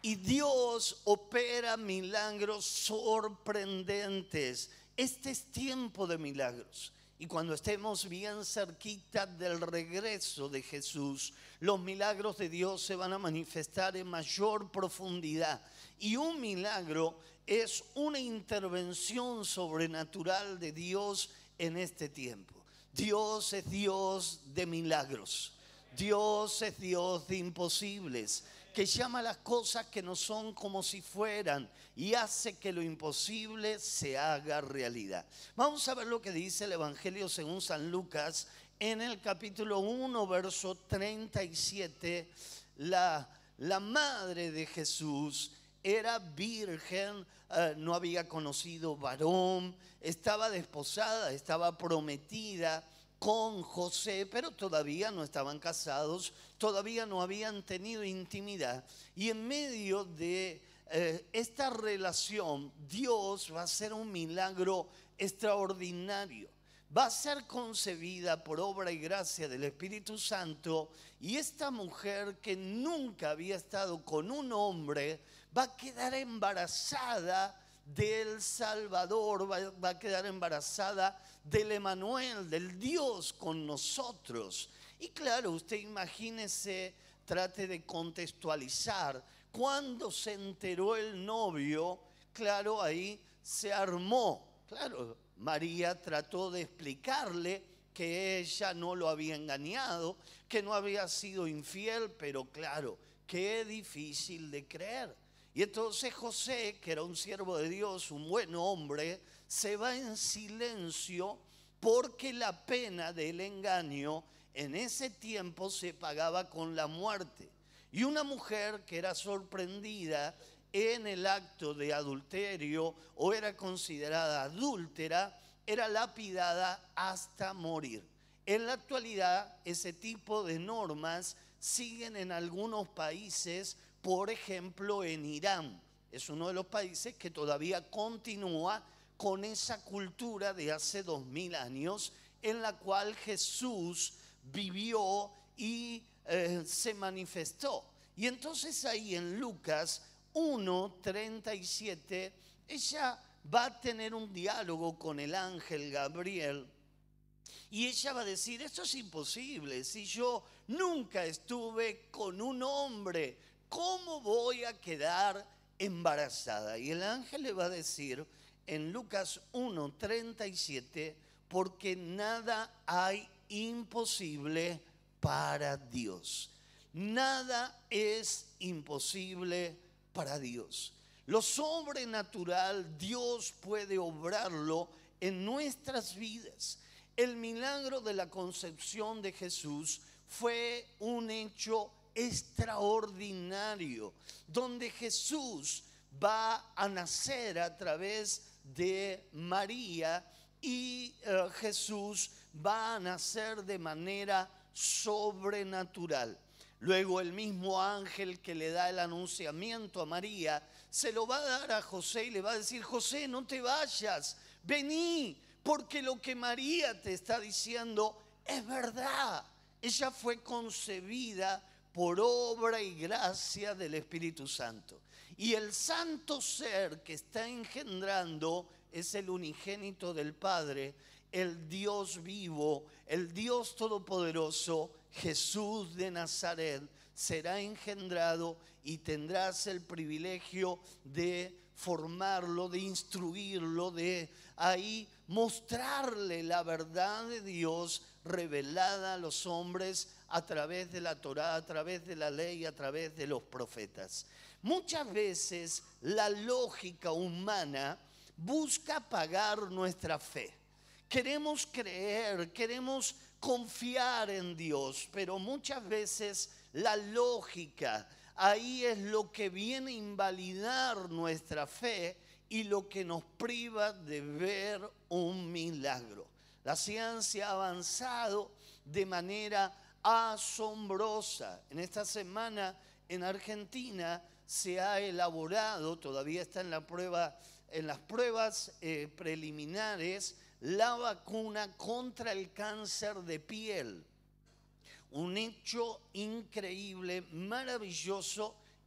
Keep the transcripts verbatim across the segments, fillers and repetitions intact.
Y Dios opera milagros sorprendentes. Este es tiempo de milagros. Y cuando estemos bien cerquita del regreso de Jesús, los milagros de Dios se van a manifestar en mayor profundidad. Y un milagro es una intervención sobrenatural de Dios en este tiempo. Dios es Dios de milagros. Dios es Dios de imposibles, que llama las cosas que no son como si fueran y hace que lo imposible se haga realidad. Vamos a ver lo que dice el Evangelio según San Lucas en el capítulo uno, verso treinta y siete. La, la madre de Jesús era virgen, eh, no había conocido varón, estaba desposada, estaba prometida con José, pero todavía no estaban casados, todavía no habían tenido intimidad. Y en medio de eh, esta relación, Dios va a hacer un milagro extraordinario. Va a ser concebida por obra y gracia del Espíritu Santo, y esta mujer que nunca había estado con un hombre va a quedar embarazada del Salvador, va, va a quedar embarazada del Emanuel, del Dios con nosotros. Y claro, usted imagínese, trate de contextualizar. Cuando se enteró el novio, claro, ahí se armó. Claro, María trató de explicarle que ella no lo había engañado, que no había sido infiel, pero claro, qué difícil de creer. Y entonces José, que era un siervo de Dios, un buen hombre, se va en silencio porque la pena del engaño en ese tiempo se pagaba con la muerte. Y una mujer que era sorprendida en el acto de adulterio o era considerada adúltera, era lapidada hasta morir. En la actualidad, ese tipo de normas siguen en algunos países. Por ejemplo, en Irán, es uno de los países que todavía continúa con esa cultura de hace dos mil años en la cual Jesús vivió y eh, se manifestó. Y entonces ahí en Lucas uno, treinta y siete, ella va a tener un diálogo con el ángel Gabriel. Y ella va a decir, esto es imposible, si yo nunca estuve con un hombre, ¿cómo voy a quedar embarazada? Y el ángel le va a decir en Lucas uno, treinta y siete, porque nada hay imposible para Dios. Nada es imposible para Dios. Lo sobrenatural Dios puede obrarlo en nuestras vidas. El milagro de la concepción de Jesús fue un hecho extraordinario, donde Jesús va a nacer a través de María y uh, Jesús va a nacer de manera sobrenatural. Luego el mismo ángel que le da el anunciamiento a María se lo va a dar a José y le va a decir, José, no te vayas, vení, porque lo que María te está diciendo es verdad. Ella fue concebida por obra y gracia del Espíritu Santo. Y el santo ser que está engendrando es el unigénito del Padre, el Dios vivo, el Dios todopoderoso, Jesús de Nazaret, será engendrado y tendrás el privilegio de formarlo, de instruirlo, de ahí mostrarle la verdad de Dios revelada a los hombres a través de la Torá, a través de la ley, a través de los profetas. Muchas veces la lógica humana busca pagar nuestra fe. Queremos creer, queremos confiar en Dios, pero muchas veces la lógica ahí es lo que viene a invalidar nuestra fe y lo que nos priva de ver un milagro. La ciencia ha avanzado de manera asombrosa. En esta semana en Argentina se ha elaborado, todavía está en la prueba, en las pruebas eh, preliminares, la vacuna contra el cáncer de piel. Un hecho increíble, maravilloso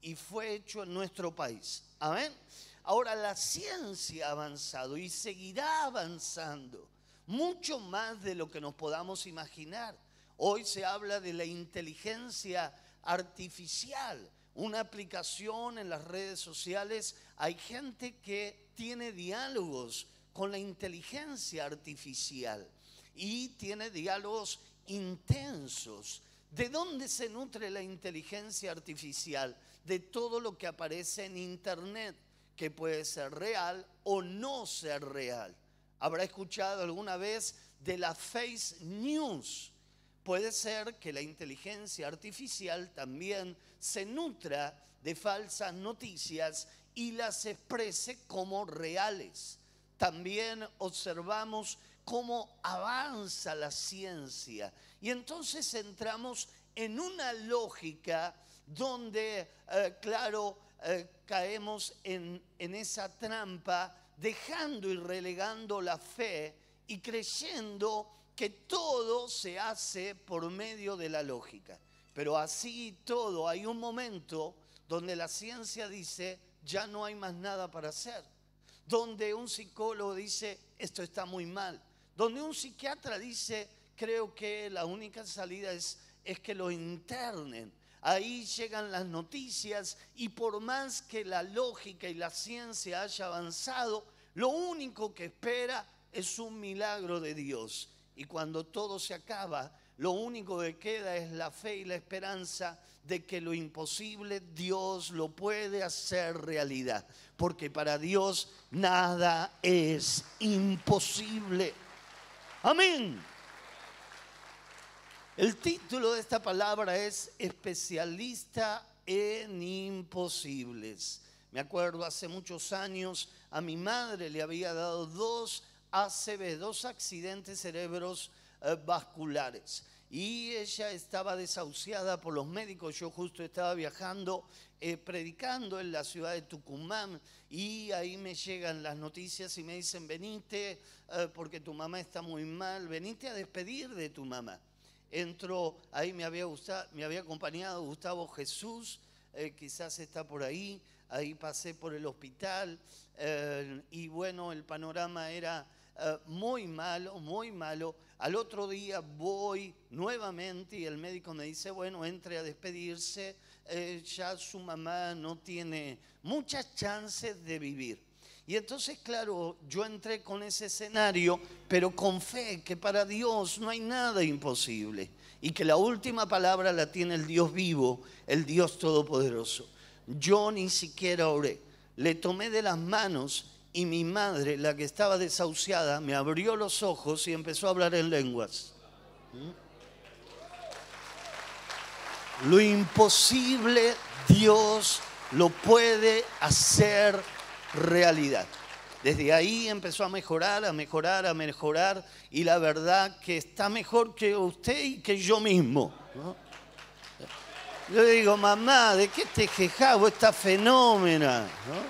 y fue hecho en nuestro país. Amén. Ahora la ciencia ha avanzado y seguirá avanzando mucho más de lo que nos podamos imaginar. Hoy se habla de la inteligencia artificial, una aplicación en las redes sociales. Hay gente que tiene diálogos con la inteligencia artificial y tiene diálogos intensos. ¿De dónde se nutre la inteligencia artificial? De todo lo que aparece en internet, que puede ser real o no ser real. ¿Habrá escuchado alguna vez de la fake news? Puede ser que la inteligencia artificial también se nutra de falsas noticias y las exprese como reales. También observamos cómo avanza la ciencia y entonces entramos en una lógica donde, eh, claro, eh, caemos en, en esa trampa, dejando y relegando la fe y creyendo que todo se hace por medio de la lógica. Pero así todo, hay un momento donde la ciencia dice, ya no hay más nada para hacer. Donde un psicólogo dice, esto está muy mal. Donde un psiquiatra dice, creo que la única salida es, es que lo internen. Ahí llegan las noticias y por más que la lógica y la ciencia haya avanzado, lo único que espera es un milagro de Dios. Y cuando todo se acaba, lo único que queda es la fe y la esperanza de que lo imposible Dios lo puede hacer realidad. Porque para Dios nada es imposible. Amén. El título de esta palabra es especialista en imposibles. Me acuerdo hace muchos años a mi madre le había dado dos A C V, dos accidentes cerebros eh, vasculares. Y ella estaba desahuciada por los médicos. Yo justo estaba viajando, eh, predicando en la ciudad de Tucumán. Y ahí me llegan las noticias y me dicen, venite eh, porque tu mamá está muy mal. Venite a despedir de tu mamá. Entró, ahí me había, gustado, me había acompañado Gustavo Jesús, eh, quizás está por ahí. Ahí pasé por el hospital eh, y bueno, el panorama era eh, muy malo, muy malo. Al otro día voy nuevamente y el médico me dice, bueno, entre a despedirse, eh, ya su mamá no tiene muchas chances de vivir. Y entonces, claro, yo entré con ese escenario, pero con fe que para Dios no hay nada imposible y que la última palabra la tiene el Dios vivo, el Dios todopoderoso. Yo ni siquiera oré, le tomé de las manos y mi madre, la que estaba desahuciada, me abrió los ojos y empezó a hablar en lenguas. ¿Mm? Lo imposible Dios lo puede hacer realidad. Desde ahí empezó a mejorar, a mejorar, a mejorar y la verdad que está mejor que usted y que yo mismo, ¿no? Yo le digo, mamá, ¿de qué te quejas? Vos estás fenómena, ¿no?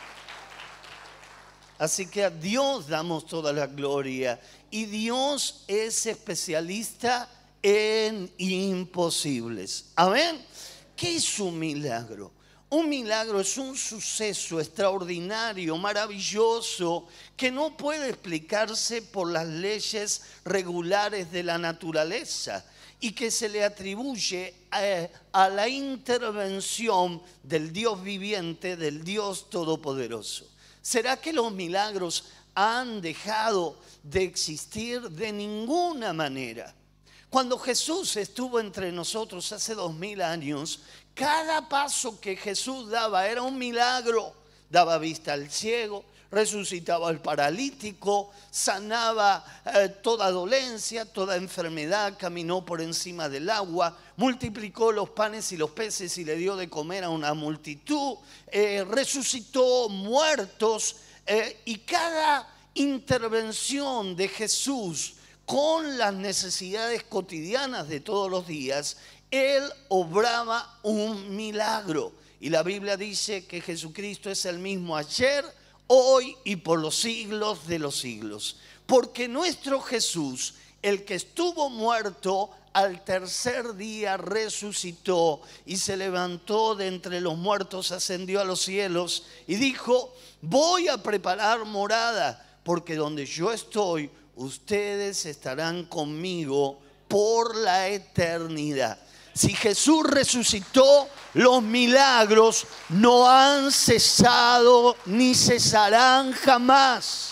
Así que a Dios damos toda la gloria. Y Dios es especialista en imposibles. Amén. ¿Qué es un milagro? Un milagro es un suceso extraordinario, maravilloso, que no puede explicarse por las leyes regulares de la naturaleza y que se le atribuye a, a la intervención del Dios viviente, del Dios todopoderoso. ¿Será que los milagros han dejado de existir? De ninguna manera. Cuando Jesús estuvo entre nosotros hace dos mil años, cada paso que Jesús daba era un milagro. Daba vista al ciego, resucitaba al paralítico, sanaba eh, toda dolencia, toda enfermedad, caminó por encima del agua, multiplicó los panes y los peces y le dio de comer a una multitud, eh, resucitó muertos eh, y cada intervención de Jesús con las necesidades cotidianas de todos los días, Él obraba un milagro. Y la Biblia dice que Jesucristo es el mismo ayer, hoy y por los siglos de los siglos. Porque nuestro Jesús, el que estuvo muerto, al tercer día resucitó y se levantó de entre los muertos, ascendió a los cielos y dijo: voy a preparar morada, porque donde yo estoy, ustedes estarán conmigo por la eternidad. Si Jesús resucitó, los milagros no han cesado ni cesarán jamás.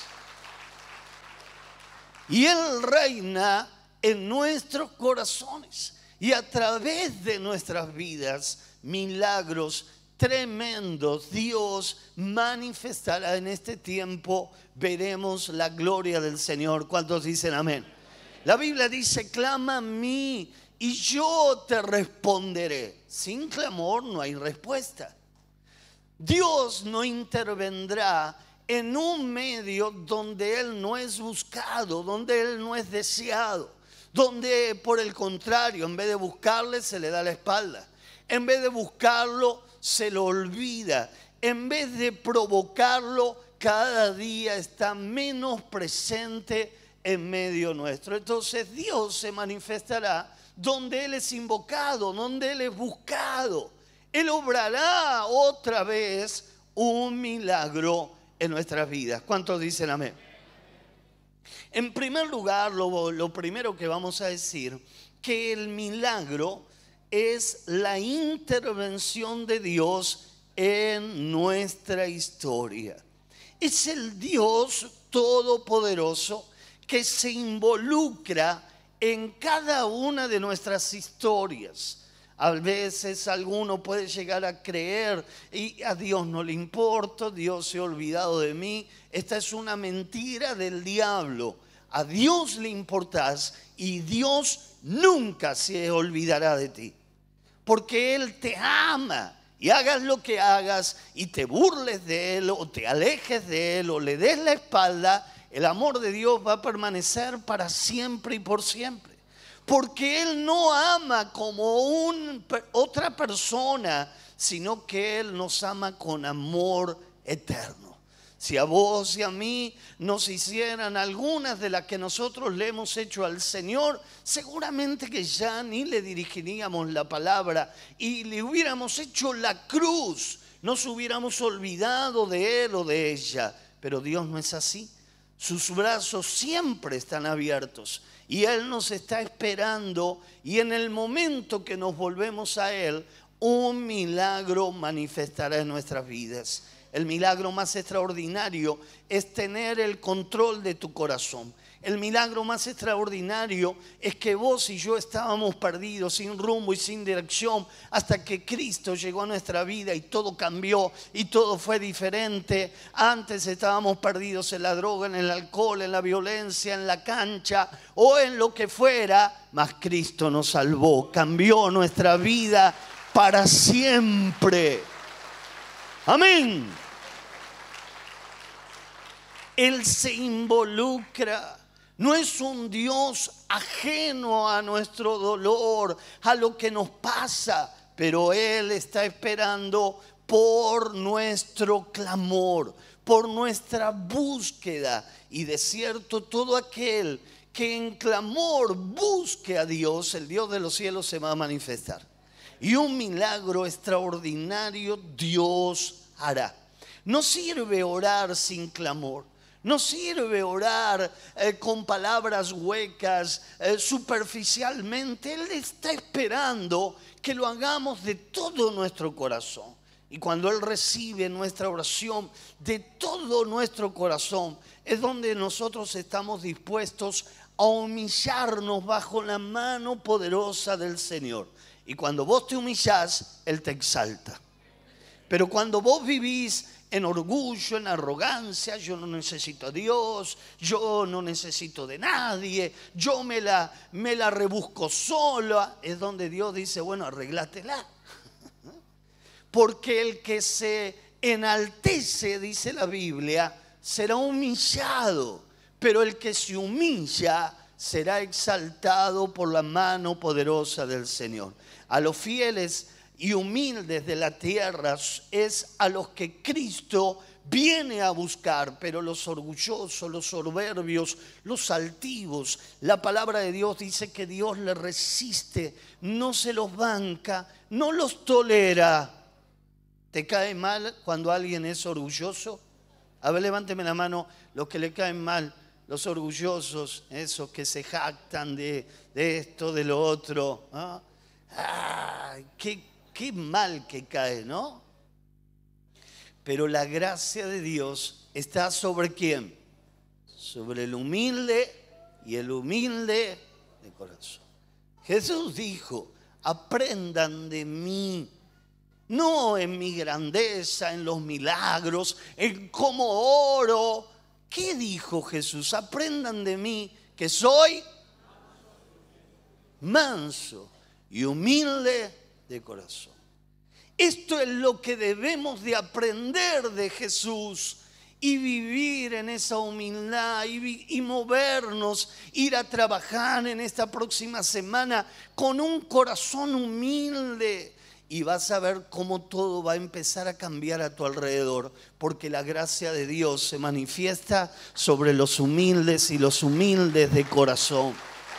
Y Él reina en nuestros corazones. Y a través de nuestras vidas, milagros tremendos Dios manifestará en este tiempo. Veremos la gloria del Señor. ¿Cuántos dicen amén? La Biblia dice: clama a mí y yo te responderé. Sin clamor no hay respuesta. Dios no intervendrá en un medio donde Él no es buscado, donde Él no es deseado, donde por el contrario, en vez de buscarle, se le da la espalda. En vez de buscarlo, se lo olvida. En vez de provocarlo, cada día está menos presente en medio nuestro. Entonces Dios se manifestará donde Él es invocado, donde Él es buscado. Él obrará otra vez un milagro en nuestras vidas. ¿Cuántos dicen amén? En primer lugar, lo, lo primero que vamos a decir, que el milagro es la intervención de Dios en nuestra historia. Es el Dios todopoderoso que se involucra en cada una de nuestras historias. A veces alguno puede llegar a creer: y a Dios no le importa, Dios se ha olvidado de mí. Esta es una mentira del diablo. A Dios le importás y Dios nunca se olvidará de ti. Porque Él te ama. Y hagas lo que hagas y te burles de Él o te alejes de Él o le des la espalda, el amor de Dios va a permanecer para siempre y por siempre. Porque Él no ama como un, otra persona, sino que Él nos ama con amor eterno. Si a vos y a mí nos hicieran algunas de las que nosotros le hemos hecho al Señor, seguramente que ya ni le dirigiríamos la palabra y le hubiéramos hecho la cruz. Nos hubiéramos olvidado de Él o de ella. Pero Dios no es así. Sus brazos siempre están abiertos y Él nos está esperando, y en el momento que nos volvemos a Él, un milagro manifestará en nuestras vidas. El milagro más extraordinario es tener el control de tu corazón. El milagro más extraordinario es que vos y yo estábamos perdidos, sin rumbo y sin dirección, hasta que Cristo llegó a nuestra vida y todo cambió y todo fue diferente. Antes estábamos perdidos en la droga, en el alcohol, en la violencia, en la cancha o en lo que fuera, mas Cristo nos salvó, cambió nuestra vida para siempre. Amén. Él se involucra. No es un Dios ajeno a nuestro dolor, a lo que nos pasa, pero Él está esperando por nuestro clamor, por nuestra búsqueda. Y de cierto, todo aquel que en clamor busque a Dios, el Dios de los cielos se va a manifestar. Y un milagro extraordinario Dios hará. No sirve orar sin clamor. No sirve orar eh, con palabras huecas, eh, superficialmente. Él está esperando que lo hagamos de todo nuestro corazón. Y cuando Él recibe nuestra oración de todo nuestro corazón, es donde nosotros estamos dispuestos a humillarnos bajo la mano poderosa del Señor. Y cuando vos te humillás, Él te exalta. Pero cuando vos vivís en orgullo, en arrogancia, yo no necesito a Dios, yo no necesito de nadie, yo me la, me la rebusco sola, es donde Dios dice: bueno, arreglátela. Porque el que se enaltece, dice la Biblia, será humillado, pero el que se humilla será exaltado por la mano poderosa del Señor. A los fieles y humildes de la tierra es a los que Cristo viene a buscar, pero los orgullosos, los soberbios, los altivos, la palabra de Dios dice que Dios les resiste, no se los banca, no los tolera. ¿Te cae mal cuando alguien es orgulloso? A ver, levánteme la mano los que le caen mal, los orgullosos, esos que se jactan de, de esto, de lo otro. ¿Ah? Ah, qué, qué mal que cae, ¿no? Pero la gracia de Dios está sobre ¿quién? Sobre el humilde y el humilde de corazón. Jesús dijo, aprendan de mí. No en mi grandeza, en los milagros, en cómo oro. ¿Qué dijo Jesús? Aprendan de mí que soy manso y humilde de corazón. Esto es lo que debemos de aprender de Jesús y vivir en esa humildad y, y movernos, ir a trabajar en esta próxima semana con un corazón humilde. Y vas a ver cómo todo va a empezar a cambiar a tu alrededor, porque la gracia de Dios se manifiesta sobre los humildes y los humildes de corazón.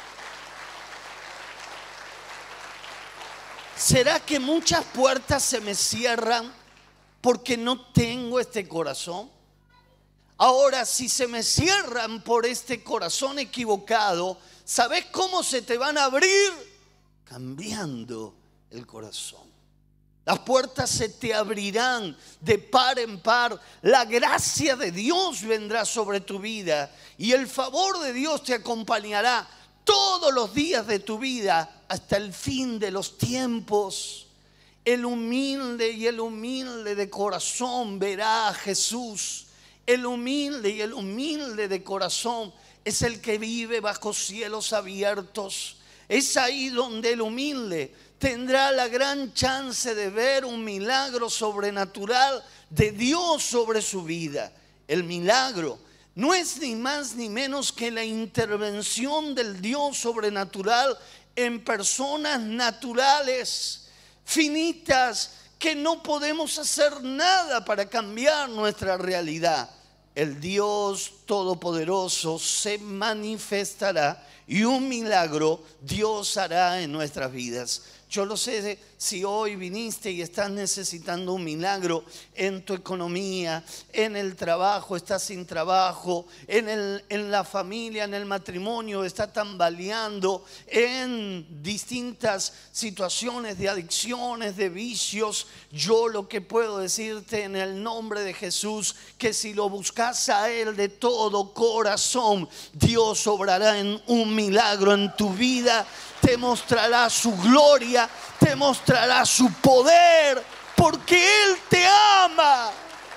¿Será que muchas puertas se me cierran porque no tengo este corazón? Ahora, si se me cierran por este corazón equivocado, ¿sabes cómo se te van a abrir? Cambiando el corazón. Las puertas se te abrirán de par en par. La gracia de Dios vendrá sobre tu vida y el favor de Dios te acompañará todos los días de tu vida hasta el fin de los tiempos. El humilde y el humilde de corazón verá a Jesús. El humilde y el humilde de corazón es el que vive bajo cielos abiertos. Es ahí donde el humilde tendrá la gran chance de ver un milagro sobrenatural de Dios sobre su vida. El milagro no es ni más ni menos que la intervención del Dios sobrenatural en personas naturales, finitas, que no podemos hacer nada para cambiar nuestra realidad. El Dios Todopoderoso se manifestará y un milagro Dios hará en nuestras vidas. Yo no sé si hoy viniste y estás necesitando un milagro en tu economía, en el trabajo, estás sin trabajo, en, el, en la familia, en el matrimonio, está tambaleando, en distintas situaciones de adicciones, de vicios. Yo lo que puedo decirte en el nombre de Jesús, que si lo buscas a Él de todo corazón, Dios obrará en un milagro en tu vida. Te mostrará su gloria, te mostrará su poder, porque Él te ama.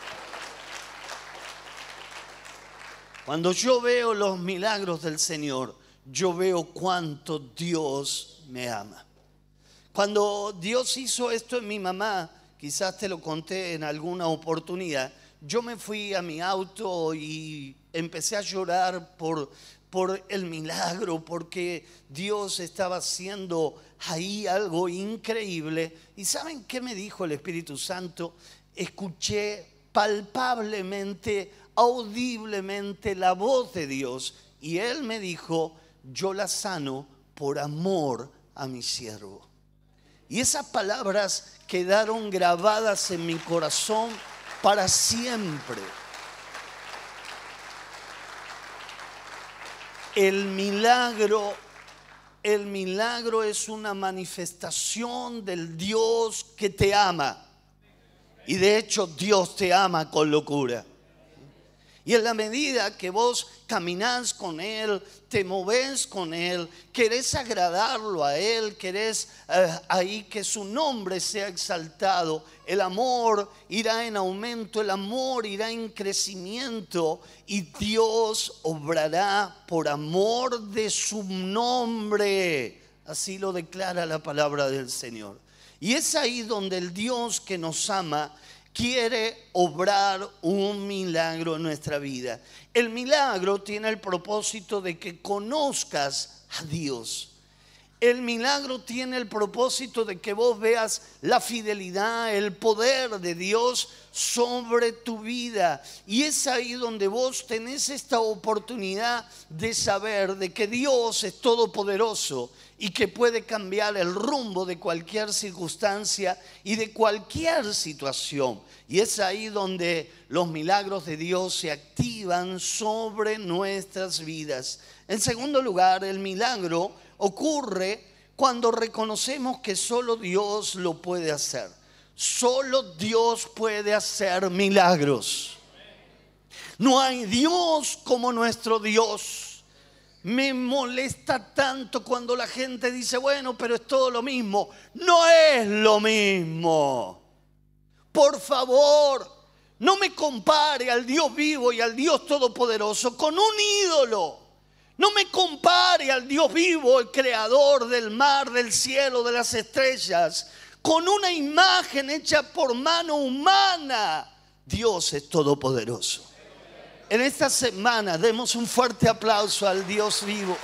Cuando yo veo los milagros del Señor, yo veo cuánto Dios me ama. Cuando Dios hizo esto en mi mamá, quizás te lo conté en alguna oportunidad, yo me fui a mi auto y empecé a llorar por... por el milagro, porque Dios estaba haciendo ahí algo increíble. ¿Y saben qué me dijo el Espíritu Santo? Escuché palpablemente, audiblemente la voz de Dios y Él me dijo, yo la sano por amor a mi siervo. Y esas palabras quedaron grabadas en mi corazón para siempre. El milagro, el milagro es una manifestación del Dios que te ama. Y de hecho Dios te ama con locura. Y en la medida que vos caminás con Él, te movés con Él, querés agradarlo a Él, querés eh, ahí que su nombre sea exaltado, el amor irá en aumento, el amor irá en crecimiento y Dios obrará por amor de su nombre. Así lo declara la palabra del Señor. Y es ahí donde el Dios que nos ama quiere obrar un milagro en nuestra vida. El milagro tiene el propósito de que conozcas a Dios. El milagro tiene el propósito de que vos veas la fidelidad, el poder de Dios sobre tu vida. Y es ahí donde vos tenés esta oportunidad de saber de que Dios es todopoderoso y que puede cambiar el rumbo de cualquier circunstancia y de cualquier situación. Y es ahí donde los milagros de Dios se activan sobre nuestras vidas. En segundo lugar, el milagro ocurre cuando reconocemos que solo Dios lo puede hacer. Solo Dios puede hacer milagros. No hay Dios como nuestro Dios. Me molesta tanto cuando la gente dice, bueno, pero es todo lo mismo. No es lo mismo. Por favor, no me compare al Dios vivo y al Dios todopoderoso con un ídolo. No me compare al Dios vivo, el creador del mar, del cielo, de las estrellas, con una imagen hecha por mano humana. Dios es todopoderoso. En esta semana demos un fuerte aplauso al Dios vivo.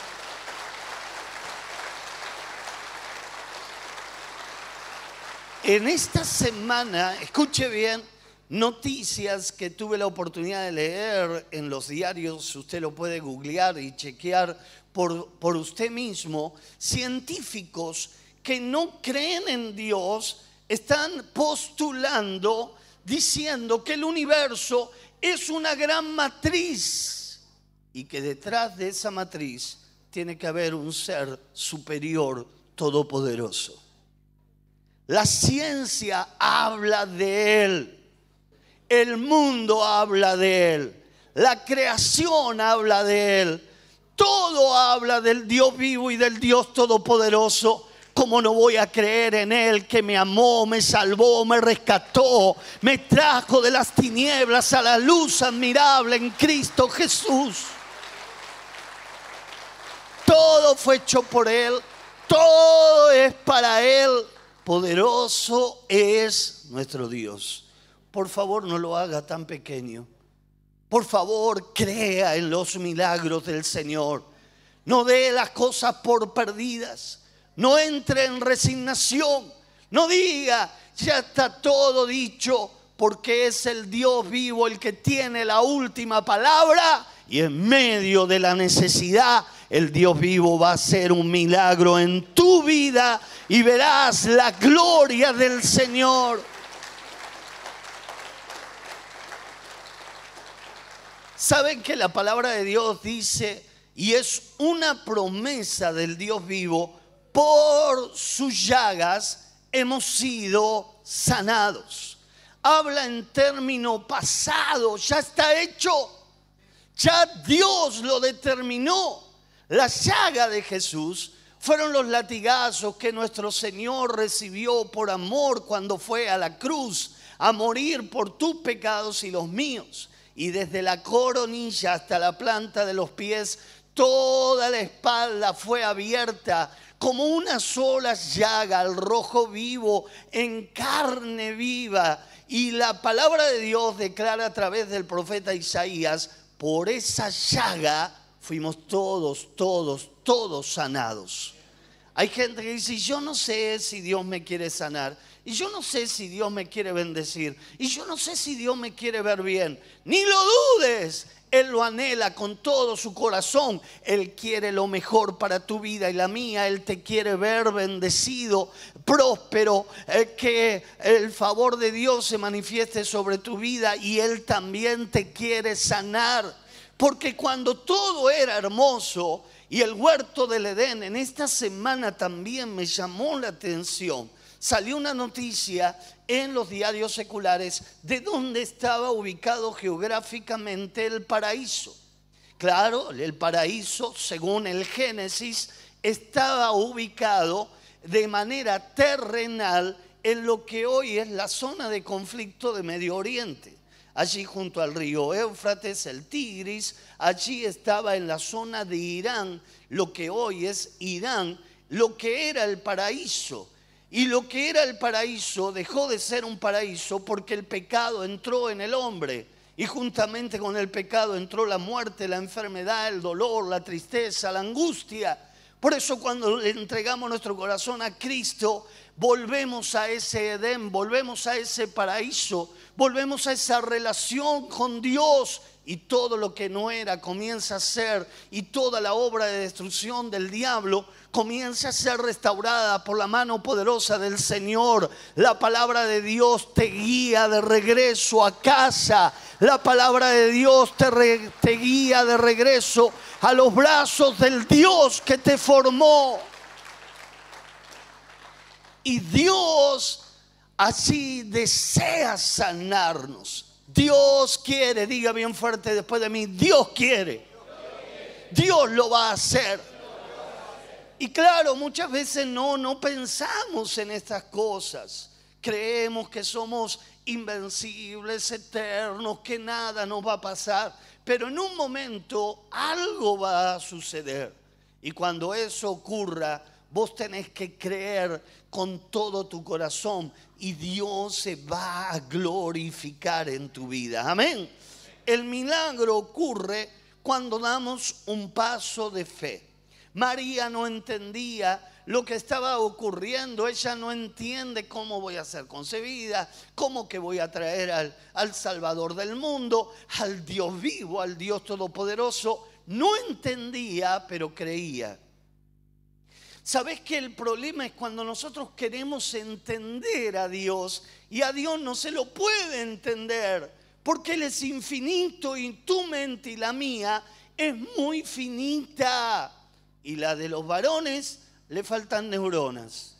En esta semana, escuche bien, noticias que tuve la oportunidad de leer en los diarios, usted lo puede googlear y chequear por, por usted mismo. Científicos que no creen en Dios están postulando, diciendo que el universo es una gran matriz y que detrás de esa matriz tiene que haber un ser superior todopoderoso. La ciencia habla de Él. El mundo habla de Él. La creación habla de Él. Todo habla del Dios vivo y del Dios todopoderoso. ¿Cómo no voy a creer en Él que me amó, me salvó, me rescató, me trajo de las tinieblas a la luz admirable en Cristo Jesús? Todo fue hecho por Él. Todo es para Él. Poderoso es nuestro Dios. Por favor, no lo haga tan pequeño. Por favor, crea en los milagros del Señor. No dé las cosas por perdidas. No entre en resignación. No diga, ya está todo dicho, porque es el Dios vivo el que tiene la última palabra. Y en medio de la necesidad, el Dios vivo va a hacer un milagro en tu vida y verás la gloria del Señor. ¿Saben que la palabra de Dios dice, y es una promesa del Dios vivo, por sus llagas hemos sido sanados? Habla en término pasado, ya está hecho. Ya Dios lo determinó. La llaga de Jesús fueron los latigazos que nuestro Señor recibió por amor cuando fue a la cruz a morir por tus pecados y los míos. Y desde la coronilla hasta la planta de los pies, toda la espalda fue abierta como una sola llaga al rojo vivo, en carne viva. Y la palabra de Dios declara a través del profeta Isaías, por esa llaga fuimos todos, todos, todos sanados. Hay gente que dice, yo no sé si Dios me quiere sanar. Y yo no sé si Dios me quiere bendecir. Y yo no sé si Dios me quiere ver bien. Ni lo dudes. Él lo anhela con todo su corazón. Él quiere lo mejor para tu vida y la mía. Él te quiere ver bendecido, próspero, eh, que el favor de Dios se manifieste sobre tu vida. Y Él también te quiere sanar. Porque cuando todo era hermoso y el huerto del Edén, en esta semana también me llamó la atención. Salió una noticia en los diarios seculares de dónde estaba ubicado geográficamente el paraíso. Claro, el paraíso, según el Génesis, estaba ubicado de manera terrenal en lo que hoy es la zona de conflicto de Medio Oriente. Allí junto al río Éufrates, el Tigris, allí estaba en la zona de Irán, lo que hoy es Irán, lo que era el paraíso. Y lo que era el paraíso dejó de ser un paraíso porque el pecado entró en el hombre. Y juntamente con el pecado entró la muerte, la enfermedad, el dolor, la tristeza, la angustia. Por eso cuando le entregamos nuestro corazón a Cristo, volvemos a ese Edén, volvemos a ese paraíso, volvemos a esa relación con Dios y todo lo que no era comienza a ser, y toda la obra de destrucción del diablo comienza a ser restaurada por la mano poderosa del Señor. La palabra de Dios te guía de regreso a casa. La palabra de Dios te, re, te guía de regreso a los brazos del Dios que te formó. Y Dios así desea sanarnos. Dios quiere, diga bien fuerte después de mí, Dios quiere. Dios lo va a hacer. Y claro, muchas veces no, no pensamos en estas cosas. Creemos que somos invencibles, eternos, que nada nos va a pasar. Pero en un momento algo va a suceder. Y cuando eso ocurra, vos tenés que creer con todo tu corazón y Dios se va a glorificar en tu vida. Amén. El milagro ocurre cuando damos un paso de fe. María no entendía lo que estaba ocurriendo. Ella no entiende cómo voy a ser concebida, cómo que voy a traer al, al Salvador del mundo, al Dios vivo, al Dios todopoderoso. No entendía, pero creía. ¿Sabés que el problema es cuando nosotros queremos entender a Dios y a Dios no se lo puede entender porque Él es infinito y tu mente y la mía es muy finita y la de los varones le faltan neuronas,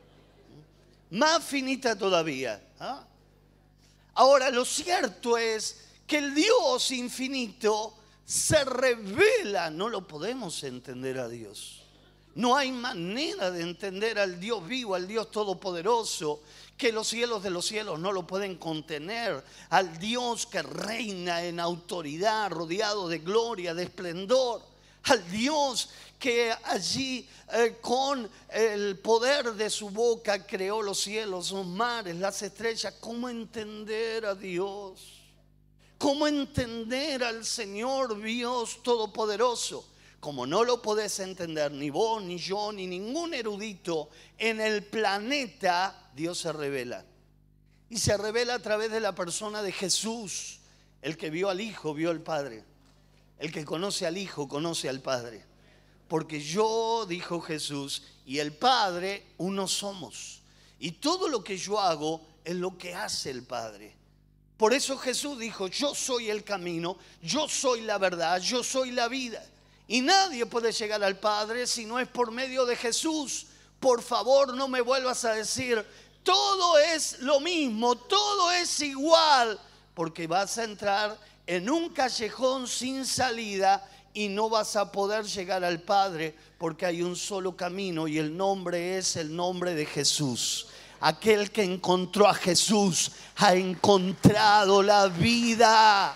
más finita todavía, ¿ah? Ahora lo cierto es que el Dios infinito se revela, no lo podemos entender a Dios. No hay manera de entender al Dios vivo, al Dios todopoderoso, que los cielos de los cielos no lo pueden contener, al Dios que reina en autoridad, rodeado de gloria, de esplendor, al Dios que allí eh, con el poder de su boca creó los cielos, los mares, las estrellas. ¿Cómo entender a Dios? ¿Cómo entender al Señor Dios todopoderoso? Como no lo podés entender ni vos, ni yo, ni ningún erudito en el planeta, Dios se revela. Y se revela a través de la persona de Jesús. El que vio al Hijo, vio al Padre. El que conoce al Hijo, conoce al Padre. Porque yo, dijo Jesús, y el Padre, uno somos. Y todo lo que yo hago es lo que hace el Padre. Por eso Jesús dijo, yo soy el camino, yo soy la verdad, yo soy la vida. Y nadie puede llegar al Padre si no es por medio de Jesús. Por favor, no me vuelvas a decir, todo es lo mismo, todo es igual. Porque vas a entrar en un callejón sin salida y no vas a poder llegar al Padre porque hay un solo camino y el nombre es el nombre de Jesús. Aquel que encontró a Jesús ha encontrado la vida.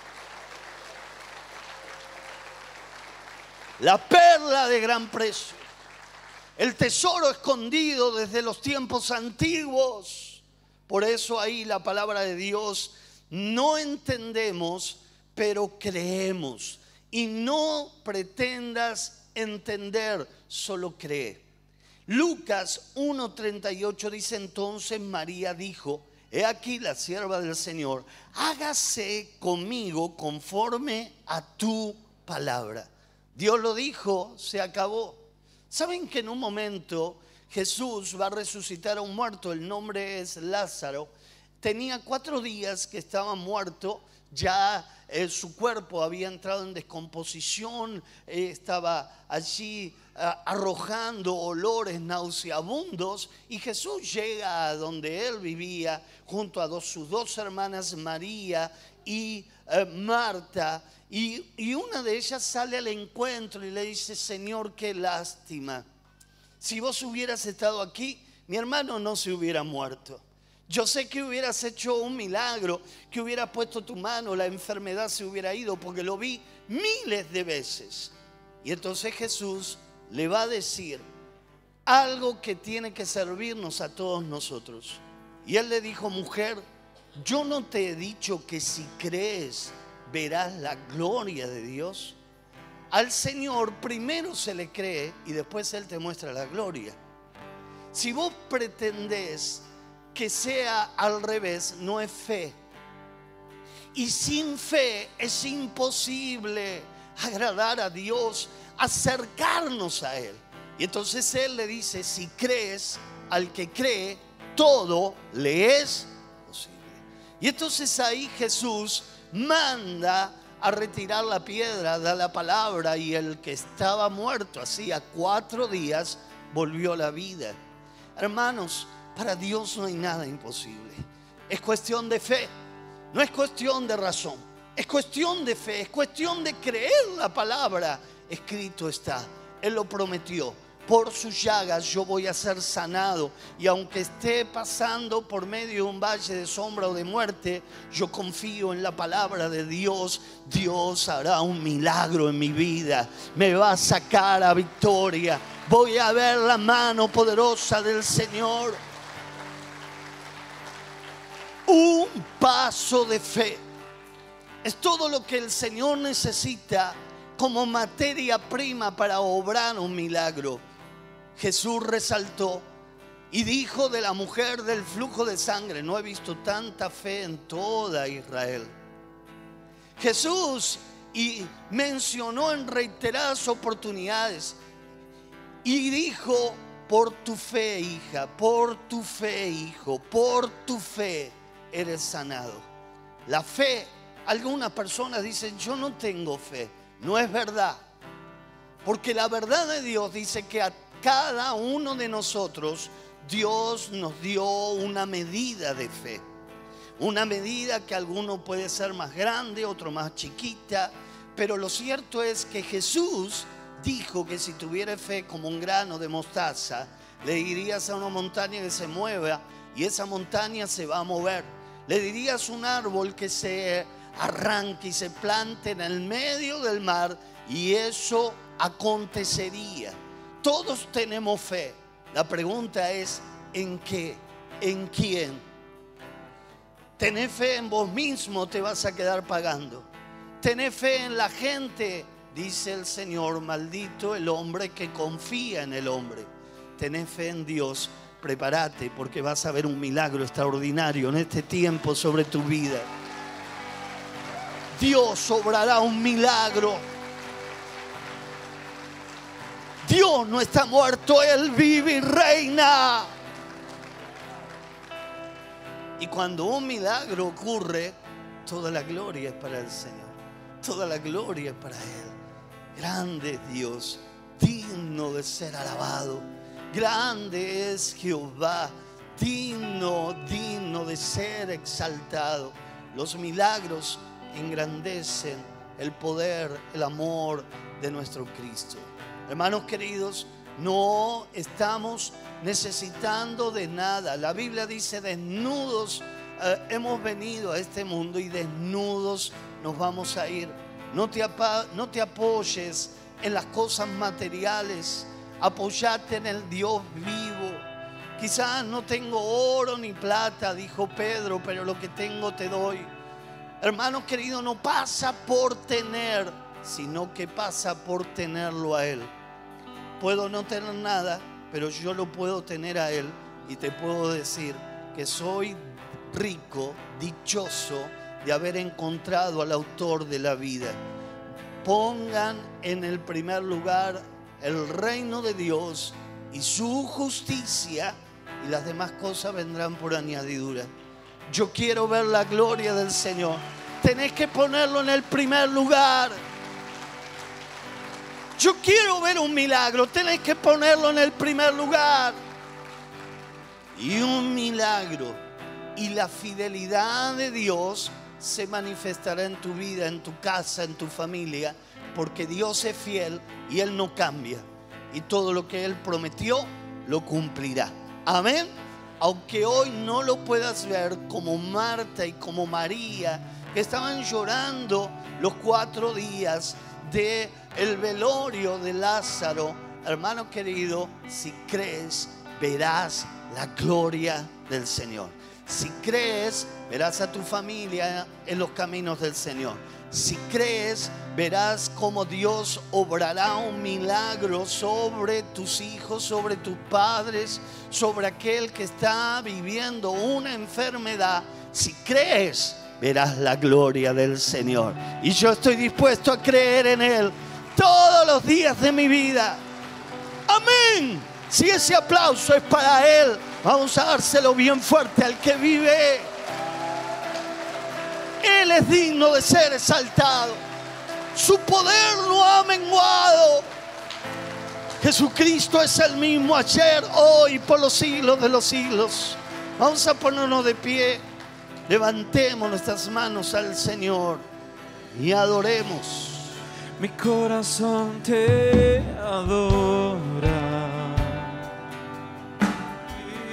La perla de gran precio, el tesoro escondido desde los tiempos antiguos. Por eso ahí la palabra de Dios, no entendemos, pero creemos. Y no pretendas entender, solo cree. Lucas uno treinta y ocho dice, entonces María dijo, he aquí la sierva del Señor, hágase conmigo conforme a tu palabra. Dios lo dijo, se acabó. ¿Saben que en un momento Jesús va a resucitar a un muerto? El nombre es Lázaro. Tenía cuatro días que estaba muerto. Ya eh, su cuerpo había entrado en descomposición. eh, Estaba allí eh, arrojando olores nauseabundos. Y Jesús llega a donde él vivía junto a dos, sus dos hermanas María y eh, Marta. Y, y una de ellas sale al encuentro y le dice, Señor, qué lástima. Si vos hubieras estado aquí, mi hermano no se hubiera muerto. Yo sé que hubieras hecho un milagro, que hubieras puesto tu mano, la enfermedad se hubiera ido, porque lo vi miles de veces. Y entonces Jesús le va a decir algo que tiene que servirnos a todos nosotros. Y él le dijo, mujer, yo no te he dicho que si crees verás la gloria de Dios. al Señor primero se le cree y después Él te muestra la gloria. Si vos pretendés que sea al revés, no es fe. Y sin fe es imposible agradar a Dios, acercarnos a Él. Y entonces Él le dice, si crees, al que cree, todo le es posible. Y entonces ahí Jesús manda a retirar la piedra, da la palabra, y el que estaba muerto hacía cuatro días volvió a la vida. Hermanos, para Dios no hay nada imposible. Es cuestión de fe, no es cuestión de razón. Es cuestión de fe, es cuestión de creer la palabra. Escrito está, Él lo prometió. Por sus llagas yo voy a ser sanado. Y aunque esté pasando por medio de un valle de sombra o de muerte, yo confío en la palabra de Dios. Dios hará un milagro en mi vida. Me va a sacar a victoria. Voy a ver la mano poderosa del Señor. Un paso de fe es todo lo que el Señor necesita como materia prima para obrar un milagro. Jesús resaltó y dijo de la mujer del flujo de sangre: no he visto tanta fe en toda Israel. Jesús y mencionó en reiteradas oportunidades y dijo: por tu fe, hija, por tu fe, hijo, por tu fe eres sanado. La fe, algunas personas dicen: yo no tengo fe. No es verdad, porque la verdad de Dios dice que a cada uno de nosotros Dios nos dio una medida de fe. Una medida que alguno puede ser más grande, otro más chiquita, pero lo cierto es que Jesús dijo que si tuviera fe como un grano de mostaza, le dirías a una montaña que se mueva y esa montaña se va a mover. Le dirías a un árbol que se arranque y se plante en el medio del mar y eso acontecería. Todos tenemos fe. La pregunta es: ¿en qué? ¿En quién? Tenés fe en vos mismo, te vas a quedar pagando. Tenés fe en la gente, dice el Señor: maldito el hombre que confía en el hombre. Tenés fe en Dios, prepárate porque vas a ver un milagro extraordinario en este tiempo sobre tu vida. Dios obrará un milagro. Dios no está muerto, Él vive y reina. Y cuando un milagro ocurre, toda la gloria es para el Señor. Toda la gloria es para Él. Grande es Dios, digno de ser alabado. Grande es Jehová, digno, digno de ser exaltado. Los milagros engrandecen el poder, el amor de nuestro Cristo. Hermanos queridos, no estamos necesitando de nada. La Biblia dice: desnudos eh, hemos venido a este mundo y desnudos nos vamos a ir. No te, no te apoyes en las cosas materiales, apóyate en el Dios vivo. Quizás no tengo oro ni plata, dijo Pedro, pero lo que tengo te doy. Hermanos queridos, no pasa por tener, sino que pasa por tenerlo a Él. Puedo no tener nada, pero yo lo puedo tener a Él y te puedo decir que soy rico, dichoso de haber encontrado al autor de la vida. Pongan en el primer lugar el reino de Dios y su justicia, y las demás cosas vendrán por añadidura. Yo quiero ver la gloria del Señor. Tenés que ponerlo en el primer lugar. Yo quiero ver un milagro. Tenés que ponerlo en el primer lugar. Y un milagro y la fidelidad de Dios se manifestará en tu vida, en tu casa, en tu familia, porque Dios es fiel y Él no cambia. Y todo lo que Él prometió lo cumplirá. Amén. Aunque hoy no lo puedas ver, como Marta y como María, que estaban llorando los cuatro días del velorio de Lázaro, hermano querido, si crees, verás la gloria del Señor. Si crees, verás a tu familia en los caminos del Señor. Si crees, verás cómo Dios obrará un milagro sobre tus hijos, sobre tus padres, sobre aquel que está viviendo una enfermedad. Si crees, verás la gloria del Señor. Y yo estoy dispuesto a creer en Él todos los días de mi vida. Amén. Si ese aplauso es para Él, vamos a dárselo bien fuerte al que vive. Él es digno de ser exaltado. Su poder no ha menguado. Jesucristo es el mismo ayer, hoy, por los siglos de los siglos. Vamos a ponernos de pie. Levantemos nuestras manos al Señor y adoremos. Mi corazón te adora.